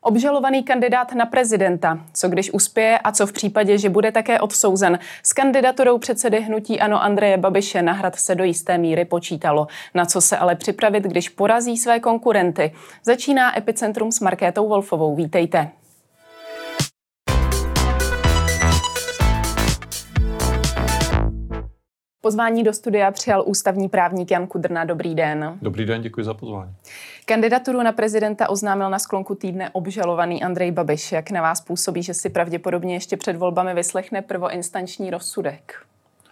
Obžalovaný kandidát na prezidenta. Co když uspěje a co v případě, že bude také odsouzen? S kandidaturou předsedy hnutí ANO Andreje Babiše na Hrad se do jisté míry počítalo. Na co se ale připravit, když porazí své konkurenty? Začíná Epicentrum s Markétou Wolfovou. Vítejte. Pozvání do studia přijal ústavní právník Jan Kudrna. Dobrý den. Dobrý den, děkuji za pozvání. Kandidaturu na prezidenta oznámil na sklonku týdne obžalovaný Andrej Babiš. Jak na vás působí, že si pravděpodobně ještě před volbami vyslechne prvoinstanční rozsudek?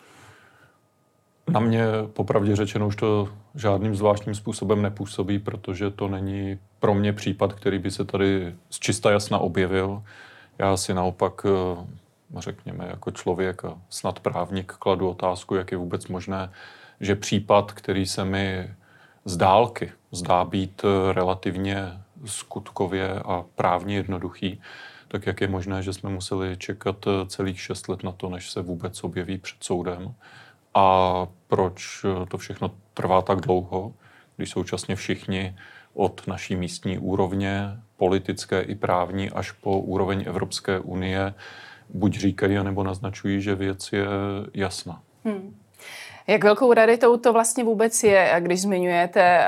Na mě popravdě řečeno už to žádným zvláštním způsobem nepůsobí, protože to není pro mě případ, který by se tady z čista jasna objevil. Já si naopak, řekněme, jako člověk a snad právník kladu otázku, jak je vůbec možné, že případ, který se mi z dálky zdá být relativně skutkově a právně jednoduchý, tak jak je možné, že jsme museli čekat celých 6 let na to, než se vůbec objeví před soudem. A proč to všechno trvá tak dlouho, když současně všichni od naší místní úrovně, politické i právní, až po úroveň Evropské unie, buď říkají, anebo naznačují, že věc je jasná. Jak velkou raritou to vlastně vůbec je, když zmiňujete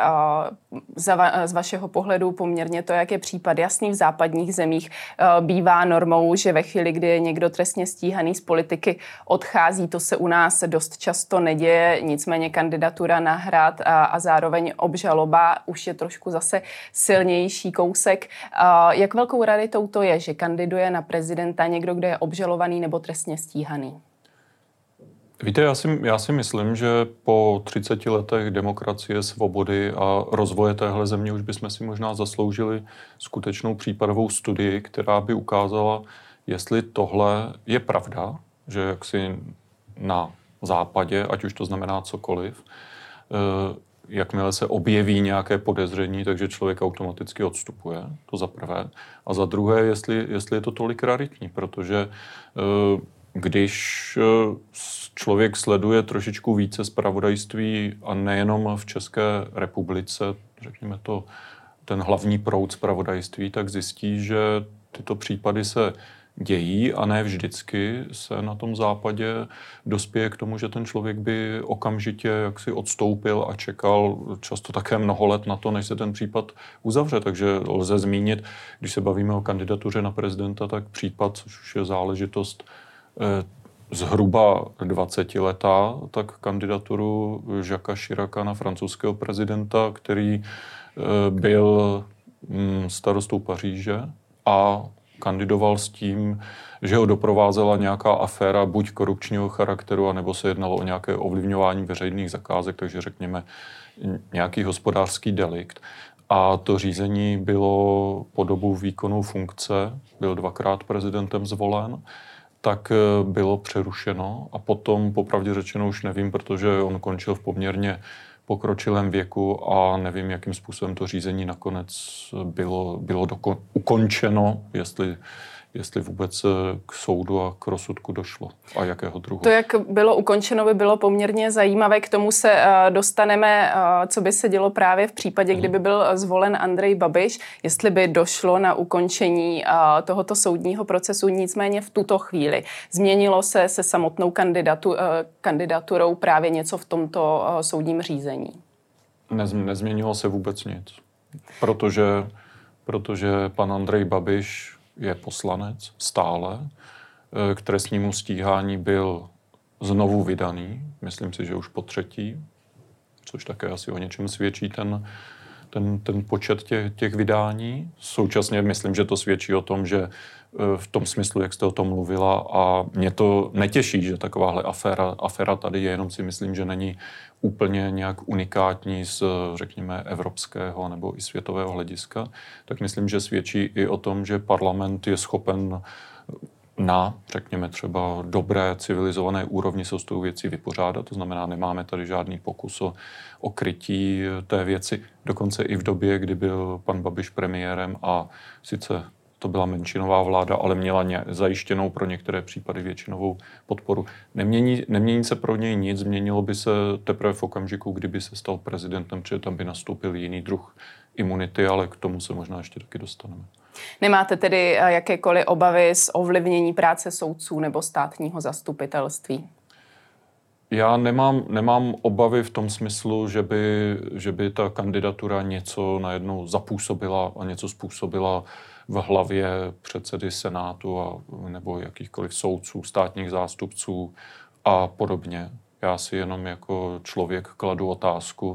z vašeho pohledu poměrně to, jak je případ jasný v západních zemích, bývá normou, že ve chvíli, kdy je někdo trestně stíhaný z politiky, odchází. To se u nás dost často neděje, nicméně kandidatura na Hrad a zároveň obžaloba už je trošku zase silnější kousek. Jak velkou raritou to je, že kandiduje na prezidenta někdo, kdo je obžalovaný nebo trestně stíhaný? Víte, já si myslím, že po 30 letech demokracie, svobody a rozvoje téhle země už bychom si možná zasloužili skutečnou případovou studii, která by ukázala, jestli tohle je pravda, že jaksi na západě, ať už to znamená cokoliv, jakmile se objeví nějaké podezření, takže člověk automaticky odstupuje, to za prvé. A za druhé, jestli je to tolik raritní, protože když člověk sleduje trošičku více zpravodajství a nejenom v České republice, řekněme to, ten hlavní proud zpravodajství, tak zjistí, že tyto případy se dějí a ne vždycky se na tom západě dospěje k tomu, že ten člověk by okamžitě jaksi odstoupil a čekal často také mnoho let na to, než se ten případ uzavře. Takže lze zmínit, když se bavíme o kandidatuře na prezidenta, tak případ, což už je záležitost zhruba 20 letá, tak kandidaturu Jacquesa Chiraca na francouzského prezidenta, který byl starostou Paříže a kandidoval s tím, že ho doprovázela nějaká aféra buď korupčního charakteru, anebo se jednalo o nějaké ovlivňování veřejných zakázek, takže řekněme nějaký hospodářský delikt. A to řízení bylo po dobu výkonu funkce, byl 2krát prezidentem zvolen, tak bylo přerušeno a potom, popravdě řečeno, už nevím, protože on končil v poměrně pokročilém věku a nevím, jakým způsobem to řízení nakonec bylo ukončeno, jestli vůbec k soudu a k rozsudku došlo a jakého druhu. To, jak bylo ukončeno, by bylo poměrně zajímavé. K tomu se dostaneme, co by se dělo právě v případě, kdyby byl zvolen Andrej Babiš, jestli by došlo na ukončení tohoto soudního procesu. Nicméně v tuto chvíli změnilo se samotnou kandidaturou právě něco v tomto soudním řízení. Nezměnilo se vůbec nic, protože pan Andrej Babiš je poslanec stále, k trestnímu stíhání byl znovu vydaný, myslím si, že už po 3., což také asi o něčem svědčí ten počet těch vydání. Současně myslím, že to svědčí o tom, že v tom smyslu, jak jste o tom mluvila, a mě to netěší, že takováhle aféra tady je, jenom si myslím, že není úplně nějak unikátní z, řekněme, evropského nebo i světového hlediska, tak myslím, že svědčí i o tom, že parlament je schopen na, řekněme, třeba dobré civilizované úrovni se s tou věcí vypořádat. To znamená, nemáme tady žádný pokus o krytí té věci. Dokonce i v době, kdy byl pan Babiš premiérem a sice to byla menšinová vláda, ale měla zajištěnou pro některé případy většinovou podporu. Nemění se pro něj nic, změnilo by se teprve v okamžiku, kdyby se stal prezidentem, protože tam by nastoupil jiný druh imunity, ale k tomu se možná ještě taky dostaneme. Nemáte tedy jakékoliv obavy z ovlivnění práce soudců nebo státního zastupitelství? Já nemám obavy v tom smyslu, že by ta kandidatura něco najednou zapůsobila a něco způsobila v hlavě předsedy Senátu nebo jakýchkoliv soudců, státních zástupců a podobně. Já si jenom jako člověk kladu otázku,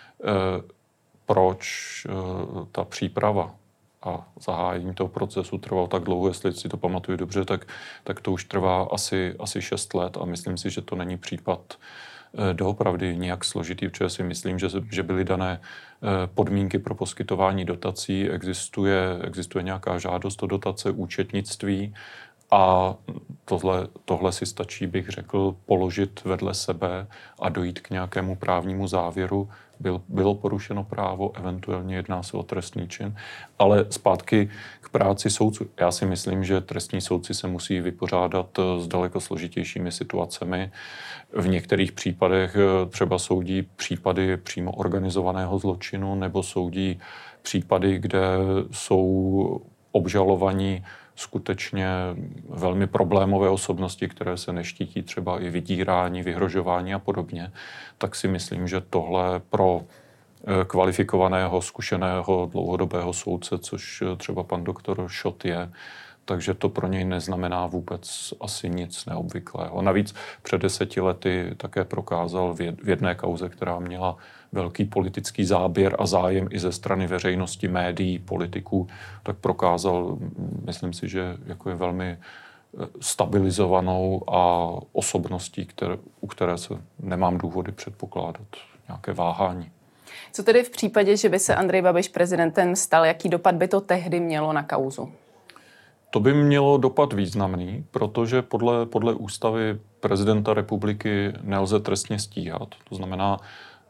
proč ta příprava a zahájení toho procesu trvalo tak dlouho, jestli si to pamatuju dobře, tak to už trvá asi 6 let a myslím si, že to není případ doopravdy nějak složitý, protože si myslím, že byly dané podmínky pro poskytování dotací, existuje nějaká žádost o dotace, účetnictví a tohle si stačí, bych řekl, položit vedle sebe a dojít k nějakému právnímu závěru. Bylo porušeno právo, eventuálně jedná se o trestný čin, ale zpátky k práci soudců. Já si myslím, že trestní soudci se musí vypořádat s daleko složitějšími situacemi. V některých případech třeba soudí případy přímo organizovaného zločinu nebo soudí případy, kde jsou obžalovaní skutečně velmi problémové osobnosti, které se neštítí třeba i vydírání, vyhrožování a podobně, tak si myslím, že tohle pro kvalifikovaného, zkušeného, dlouhodobého soudce, což třeba pan doktor Šot je, takže to pro něj neznamená vůbec asi nic neobvyklého. Navíc před 10 lety také prokázal v jedné kauze, která měla velký politický záběr a zájem i ze strany veřejnosti, médií, politiků, tak prokázal, myslím si, že jako je velmi stabilizovanou a osobností, u které se nemám důvody předpokládat nějaké váhání. Co tedy v případě, že by se Andrej Babiš prezidentem stal, jaký dopad by to tehdy mělo na kauzu? To by mělo dopad významný, protože podle ústavy prezidenta republiky nelze trestně stíhat. To znamená,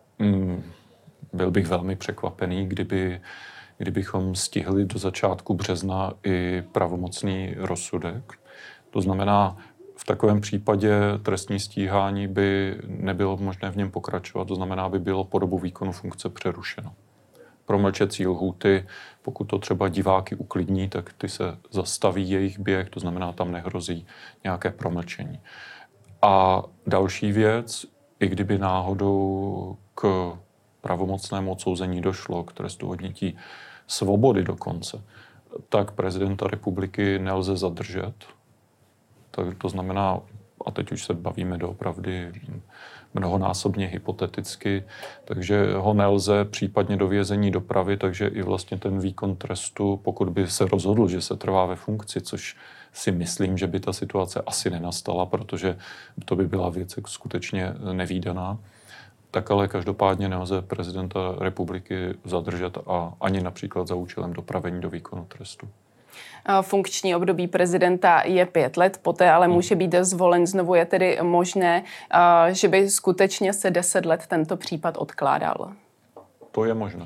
byl bych velmi překvapený, kdybychom stihli do začátku března i pravomocný rozsudek. To znamená, v takovém případě trestní stíhání by nebylo možné v něm pokračovat, to znamená, aby bylo po dobu výkonu funkce přerušeno. Promlčecí lhůty, pokud to třeba diváky uklidní, tak ty se zastaví jejich běh, to znamená, tam nehrozí nějaké promlčení. A další věc, i kdyby náhodou k pravomocnému odsouzení došlo, k trestu odnětí svobody dokonce, tak prezidenta republiky nelze zadržet. Tak to znamená, a teď už se bavíme doopravdy mnohonásobně hypoteticky, takže ho nelze případně do vězení dopravit, takže i vlastně ten výkon trestu, pokud by se rozhodl, že se trvá ve funkci, což si myslím, že by ta situace asi nenastala, protože to by byla věc skutečně nevídaná, tak ale každopádně nelze prezidenta republiky zadržet a ani například za účelem dopravení do výkonu trestu. Funkční období prezidenta je 5 let, poté ale může být zvolen znovu. Je tedy možné, že by skutečně se 10 let tento případ odkládal? To je možné.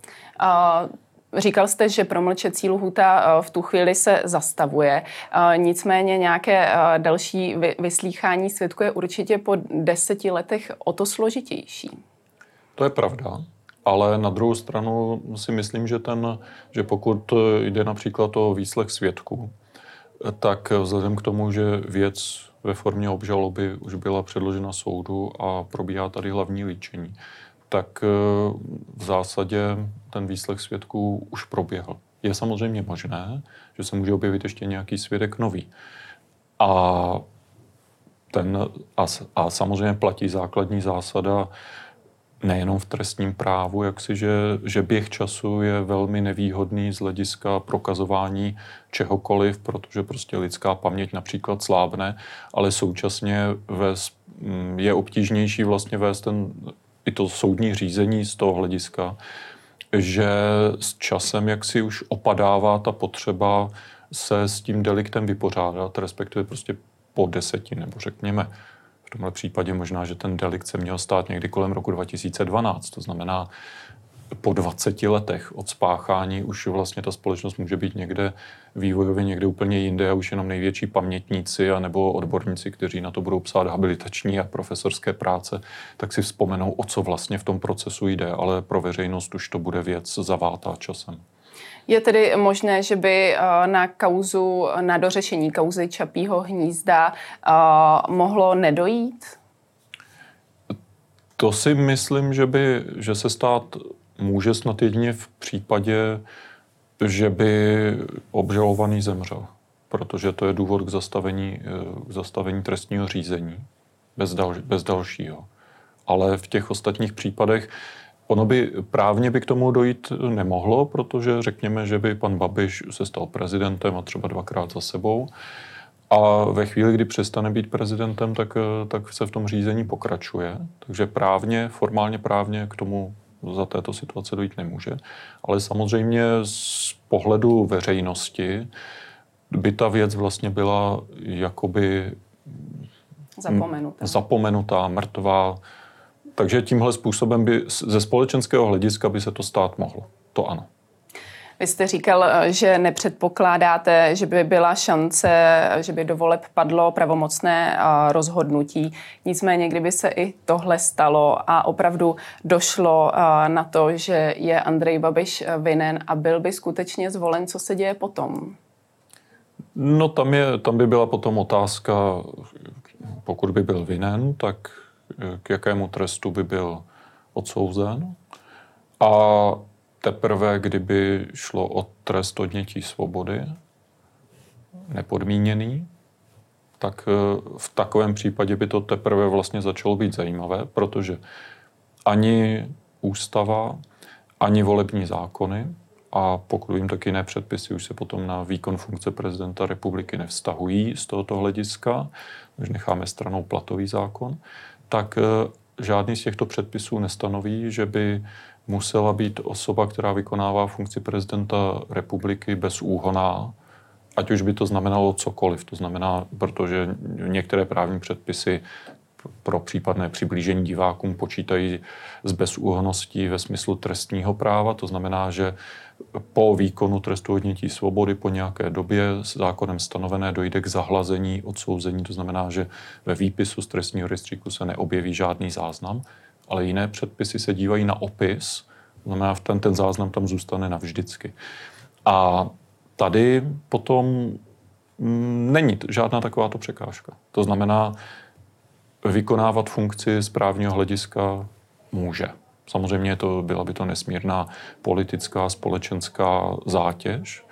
Říkal jste, že promlčecí lhůta v tu chvíli se zastavuje. Nicméně nějaké další vyslýchání svědků je určitě po 10 letech o to složitější. To je pravda. Ale na druhou stranu si myslím, že pokud jde například o výslech svědků, tak vzhledem k tomu, že věc ve formě obžaloby už byla předložena soudu a probíhá tady hlavní líčení, tak v zásadě ten výslech svědků už proběhl. Je samozřejmě možné, že se může objevit ještě nějaký svědek nový. A samozřejmě platí základní zásada nejenom v trestním právu, že běh času je velmi nevýhodný z hlediska prokazování čehokoliv, protože prostě lidská paměť například slábne, ale současně je obtížnější vlastně vést i to soudní řízení z toho hlediska, že s časem jaksi už opadává ta potřeba se s tím deliktem vypořádat, respektive prostě po 10 nebo řekněme v tomhle případě možná, že ten delikt se měl stát někdy kolem roku 2012, to znamená po 20 letech od spáchání už vlastně ta společnost může být někde vývojově někde úplně jinde a už jenom největší pamětníci anebo odborníci, kteří na to budou psát habilitační a profesorské práce, tak si vzpomenou, o co vlastně v tom procesu jde, ale pro veřejnost už to bude věc zavátá časem. Je tedy možné, že by na dořešení kauzy Čapího hnízda mohlo nedojít? To si myslím, že se stát může snad jedině v případě, že by obžalovaný zemřel, protože to je důvod k zastavení trestního řízení bez dalšího. Ale v těch ostatních případech právně by k tomu dojít nemohlo, protože řekněme, že by pan Babiš se stal prezidentem a třeba 2krát za sebou. A ve chvíli, kdy přestane být prezidentem, tak se v tom řízení pokračuje. Takže formálně právně k tomu za této situace dojít nemůže. Ale samozřejmě z pohledu veřejnosti by ta věc vlastně byla jakoby zapomenutá, mrtvá. Takže tímhle způsobem by ze společenského hlediska by se to stát mohlo. To ano. Vy jste říkal, že nepředpokládáte, že by byla šance, že by do voleb padlo pravomocné rozhodnutí. Nicméně, kdyby se i tohle stalo a opravdu došlo na to, že je Andrej Babiš vinen a byl by skutečně zvolen, co se děje potom? No tam by byla potom otázka, pokud by byl vinen, tak k jakému trestu by byl odsouzen. A teprve, kdyby šlo o trest odnětí svobody, nepodmíněný, tak v takovém případě by to teprve vlastně začalo být zajímavé, protože ani ústava, ani volební zákony, a pokud vím, tak jiné předpisy už se potom na výkon funkce prezidenta republiky nevztahují z tohoto hlediska, když necháme stranou platový zákon, tak žádný z těchto předpisů nestanoví, že by musela být osoba, která vykonává funkci prezidenta republiky bezúhonná, ať už by to znamenalo cokoliv. To znamená, protože některé právní předpisy pro případné přiblížení divákům počítají s bezúhonností ve smyslu trestního práva. To znamená, že po výkonu trestu odnětí svobody po nějaké době s zákonem stanovené dojde k zahlazení, odsouzení. To znamená, že ve výpisu z trestního rejstříku se neobjeví žádný záznam, ale jiné předpisy se dívají na opis, to znamená, ten záznam tam zůstane navždycky. A tady potom není žádná takováto překážka. To znamená, vykonávat funkci z právního hlediska může. Samozřejmě byla by to nesmírná politická, společenská zátěž,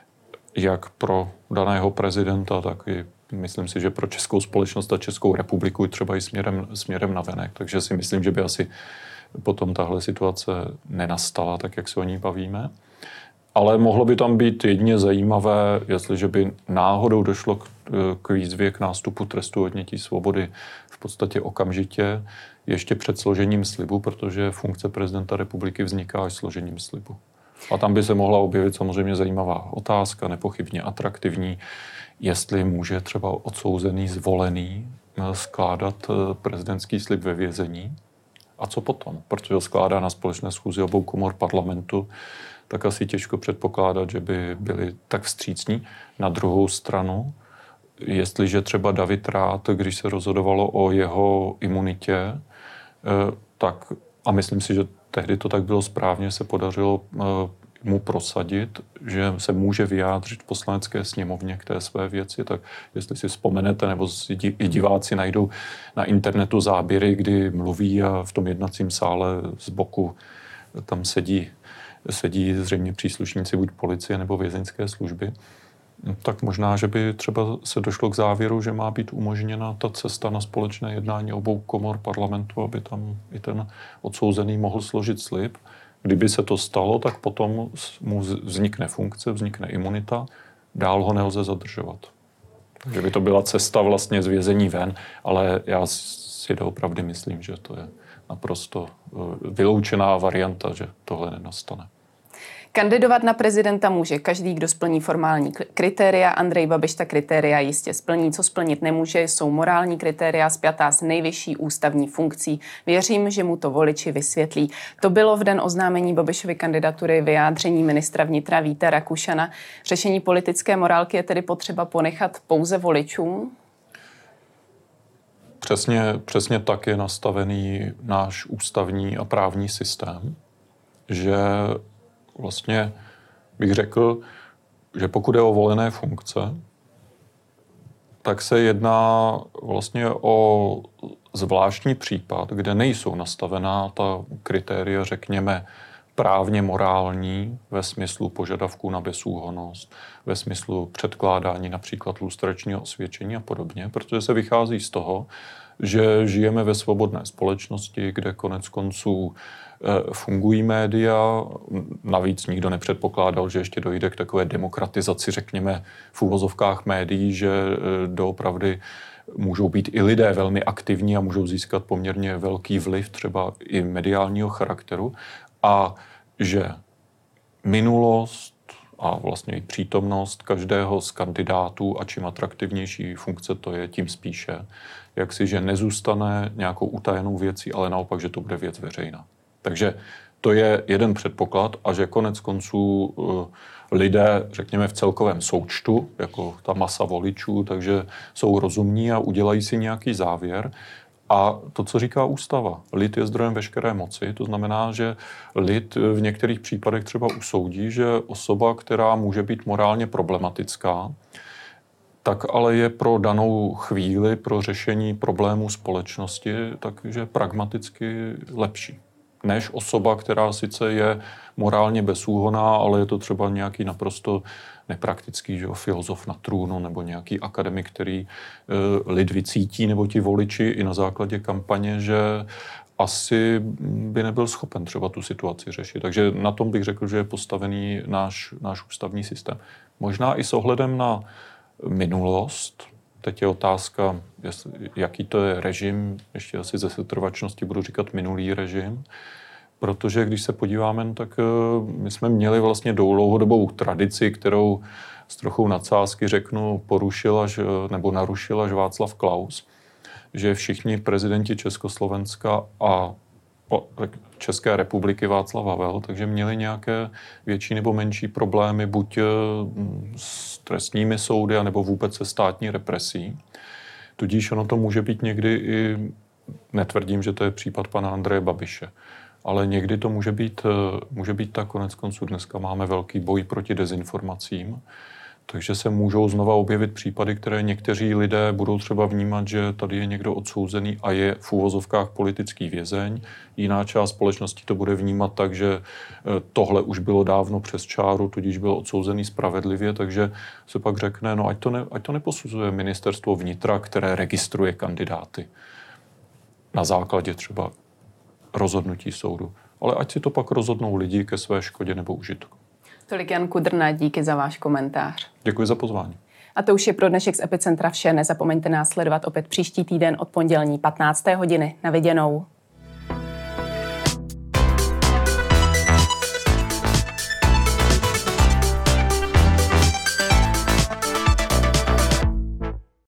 jak pro daného prezidenta, tak i myslím si, že pro českou společnost a Českou republiku třeba i směrem navenek. Takže si myslím, že by asi potom tahle situace nenastala, tak jak se o ní bavíme. Ale mohlo by tam být jedině zajímavé, jestliže by náhodou došlo k výzvě k nástupu trestu odnětí svobody v podstatě okamžitě, ještě před složením slibu, protože funkce prezidenta republiky vzniká až složením slibu. A tam by se mohla objevit samozřejmě zajímavá otázka, nepochybně atraktivní, jestli může třeba odsouzený, zvolený skládat prezidentský slib ve vězení. A co potom? Protože ho skládá na společné schůzi obou komor parlamentu, tak asi těžko předpokládat, že by byli tak vstřícní. Na druhou stranu, jestliže třeba David Rath, když se rozhodovalo o jeho imunitě, tak, a myslím si, že tehdy to tak bylo správně, se podařilo mu prosadit, že se může vyjádřit v Poslanecké sněmovně k té své věci, tak jestli si vzpomenete, nebo i diváci najdou na internetu záběry, kdy mluví a v tom jednacím sále z boku tam sedí zřejmě příslušníci buď policie nebo vězeňské služby, tak možná, že by třeba se došlo k závěru, že má být umožněna ta cesta na společné jednání obou komor parlamentu, aby tam i ten odsouzený mohl složit slib. Kdyby se to stalo, tak potom mu vznikne funkce, vznikne imunita, dál ho nelze zadržovat. Takže by to byla cesta vlastně z vězení ven, ale já si doopravdy myslím, že to je naprosto vyloučená varianta, že tohle nenastane. Kandidovat na prezidenta může každý, kdo splní formální kritéria. Andrej Babiš ta kritéria jistě splní. Co splnit nemůže, jsou morální kritéria spjatá s nejvyšší ústavní funkcí. Věřím, že mu to voliči vysvětlí. To bylo v den oznámení Babišovy kandidatury vyjádření ministra vnitra Víta Rakušana. Řešení politické morálky je tedy potřeba ponechat pouze voličům? Přesně tak je nastavený náš ústavní a právní systém, že vlastně bych řekl, že pokud je o volené funkce, tak se jedná vlastně o zvláštní případ, kde nejsou nastavená ta kritéria, řekněme, právně morální ve smyslu požadavků na bezúhonnost, ve smyslu předkládání například lustračního osvědčení a podobně, protože se vychází z toho, že žijeme ve svobodné společnosti, kde konec konců fungují média. Navíc nikdo nepředpokládal, že ještě dojde k takové demokratizaci, řekněme, v uvozovkách médií, že doopravdy můžou být i lidé velmi aktivní a můžou získat poměrně velký vliv, třeba i mediálního charakteru. A že minulost a vlastně i přítomnost každého z kandidátů a čím atraktivnější funkce to je, tím spíše, že nezůstane nějakou utajenou věcí, ale naopak, že to bude věc veřejná. Takže to je jeden předpoklad a že konec konců lidé, řekněme v celkovém součtu, jako ta masa voličů, takže jsou rozumní a udělají si nějaký závěr. A to, co říká ústava, lid je zdrojem veškeré moci, to znamená, že lid v některých případech třeba usoudí, že osoba, která může být morálně problematická, tak ale je pro danou chvíli, pro řešení problémů společnosti, takže pragmaticky lepší. Než osoba, která sice je morálně bezúhonná, ale je to třeba nějaký naprosto nepraktický filozof na trůnu nebo nějaký akademik, který lid vycítí, nebo ti voliči i na základě kampaně, že asi by nebyl schopen třeba tu situaci řešit. Takže na tom bych řekl, že je postavený náš ústavní systém. Možná i s ohledem na minulost. Teď je otázka, jaký to je režim, ještě asi ze setrvačnosti budu říkat minulý režim, protože když se podíváme, tak my jsme měli vlastně dlouhodobou tradici, kterou s trochou nadsázky řeknu narušil až Václav Klaus, že všichni prezidenti Československa a České republiky Václav Havel, takže měli nějaké větší nebo menší problémy buď s trestními soudy, anebo vůbec se státní represí. Tudíž ono to může být někdy i, netvrdím, že to je případ pana Andreje Babiše, ale někdy to může být tak, konec konců dneska máme velký boj proti dezinformacím, takže se můžou znova objevit případy, které někteří lidé budou třeba vnímat, že tady je někdo odsouzený a je v uvozovkách politický vězeň. Jiná část společnosti to bude vnímat tak, že tohle už bylo dávno přes čáru, tudíž byl odsouzený spravedlivě, takže se pak řekne, no ať to neposuzuje ministerstvo vnitra, které registruje kandidáty na základě třeba rozhodnutí soudu, ale ať si to pak rozhodnou lidi ke své škodě nebo užitku. Tolik Jan Kudrna, díky za váš komentář. Děkuji za pozvání. A to už je pro dnešek z Epicentra vše. Nezapomeňte nás sledovat opět příští týden od pondělní 15. hodiny. Na viděnou.